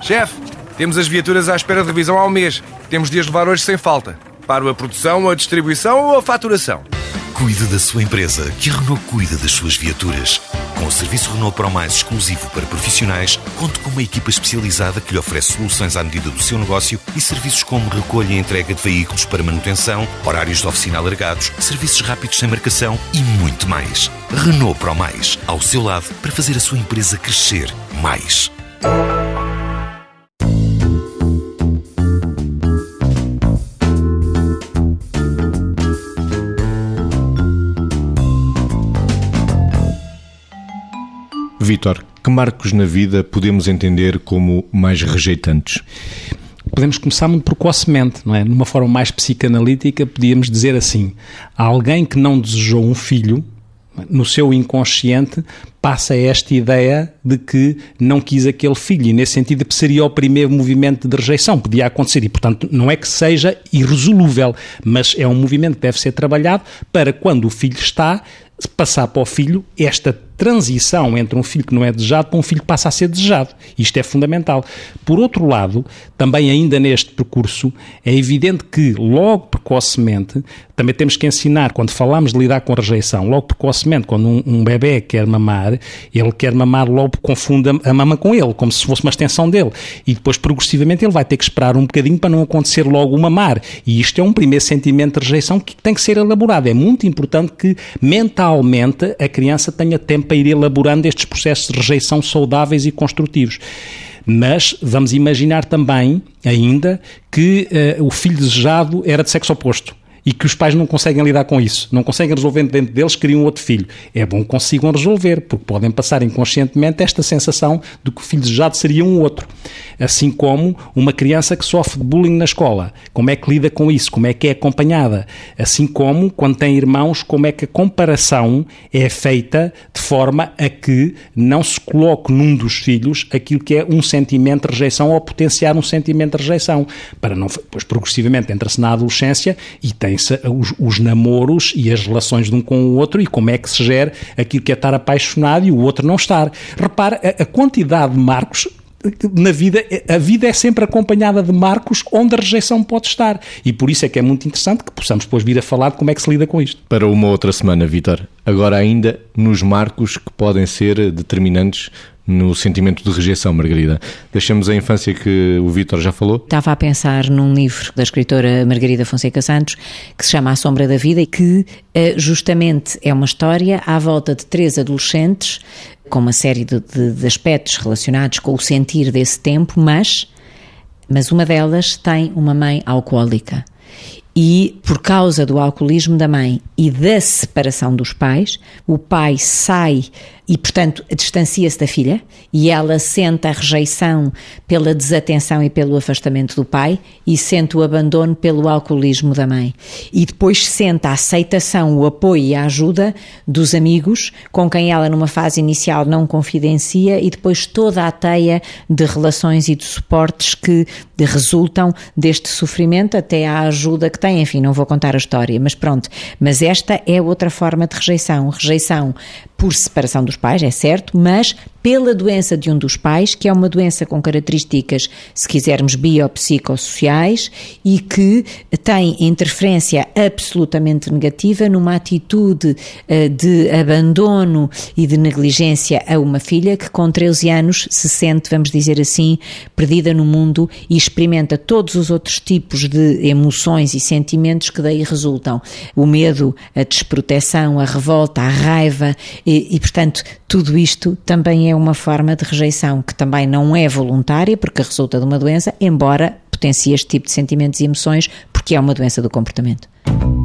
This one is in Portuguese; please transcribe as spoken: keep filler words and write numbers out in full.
Chefe, temos as viaturas à espera de revisão há um mês. Temos de as levar hoje sem falta. Para a produção, a distribuição ou a faturação? Cuide da sua empresa, que a Renault cuida das suas viaturas. Com o serviço Renault Pro Mais exclusivo para profissionais, conte com uma equipa especializada que lhe oferece soluções à medida do seu negócio e serviços como recolha e entrega de veículos para manutenção, horários de oficina alargados, serviços rápidos sem marcação e muito mais. Renault Pro Mais, ao seu lado para fazer a sua empresa crescer mais. Vítor, que marcos na vida podemos entender como mais rejeitantes? Podemos começar muito precocemente, não é? Numa forma mais psicanalítica, podíamos dizer assim: alguém que não desejou um filho, no seu inconsciente, passa esta ideia de que não quis aquele filho, e nesse sentido seria o primeiro movimento de rejeição, podia acontecer, e portanto não é que seja irresolúvel, mas é um movimento que deve ser trabalhado para, quando o filho está, passar para o filho esta transição entre um filho que não é desejado para um filho que passa a ser desejado. Isto é fundamental. Por outro lado, também ainda neste percurso, é evidente que logo precocemente, também temos que ensinar, quando falamos de lidar com a rejeição, logo precocemente, quando um, um bebê quer mamar, ele quer mamar, logo confunde a, a mama com ele, como se fosse uma extensão dele. E depois, progressivamente, ele vai ter que esperar um bocadinho para não acontecer logo o mamar. E isto é um primeiro sentimento de rejeição que tem que ser elaborado. É muito importante que, mentalmente, a criança tenha tempo para ir elaborando estes processos de rejeição saudáveis e construtivos. Mas vamos imaginar também, ainda, que uh, o filho desejado era de sexo oposto e que os pais não conseguem lidar com isso, não conseguem resolver dentro deles, criam outro filho. É bom que consigam resolver, porque podem passar inconscientemente esta sensação de que o filho desejado seria um outro. Assim como uma criança que sofre de bullying na escola, como é que lida com isso, como é que é acompanhada. Assim como, quando tem irmãos, como é que a comparação é feita de forma a que não se coloque num dos filhos aquilo que é um sentimento de rejeição ou potenciar um sentimento de rejeição. Para não, pois progressivamente entra-se na adolescência e tem Os, os namoros e as relações de um com o outro, e como é que se gera aquilo que é estar apaixonado e o outro não estar. Repara, a, a quantidade de marcos na vida, a vida é sempre acompanhada de marcos onde a rejeição pode estar, e por isso é que é muito interessante que possamos depois vir a falar de como é que se lida com isto. Para uma outra semana, Vítor. Agora ainda nos marcos que podem ser determinantes no sentimento de rejeição, Margarida. Deixamos a infância, que o Vítor já falou. Estava a pensar num livro da escritora Margarida Fonseca Santos, que se chama A Sombra da Vida, e que justamente é uma história à volta de três adolescentes, com uma série de, de, de aspectos relacionados com o sentir desse tempo, mas, mas uma delas tem uma mãe alcoólica. E, por causa do alcoolismo da mãe e da separação dos pais, o pai sai e, portanto, distancia-se da filha, e ela sente a rejeição pela desatenção e pelo afastamento do pai, e sente o abandono pelo alcoolismo da mãe. E depois sente a aceitação, o apoio e a ajuda dos amigos, com quem ela numa fase inicial não confidencia, e depois toda a teia de relações e de suportes que resultam deste sofrimento, até à ajuda que tem. Enfim, não vou contar a história, mas pronto. Mas esta é outra forma de rejeição. Rejeição por separação dos pais, é certo, mas pela doença de um dos pais, que é uma doença com características, se quisermos, biopsicossociais, e que tem interferência absolutamente negativa numa atitude uh, de abandono e de negligência a uma filha que com treze anos se sente, vamos dizer assim, perdida no mundo, e experimenta todos os outros tipos de emoções e sentimentos que daí resultam. O medo, a desproteção, a revolta, a raiva, e, e portanto, tudo isto também é uma forma de rejeição, que também não é voluntária, porque resulta de uma doença, embora potencie este tipo de sentimentos e emoções, porque é uma doença do comportamento.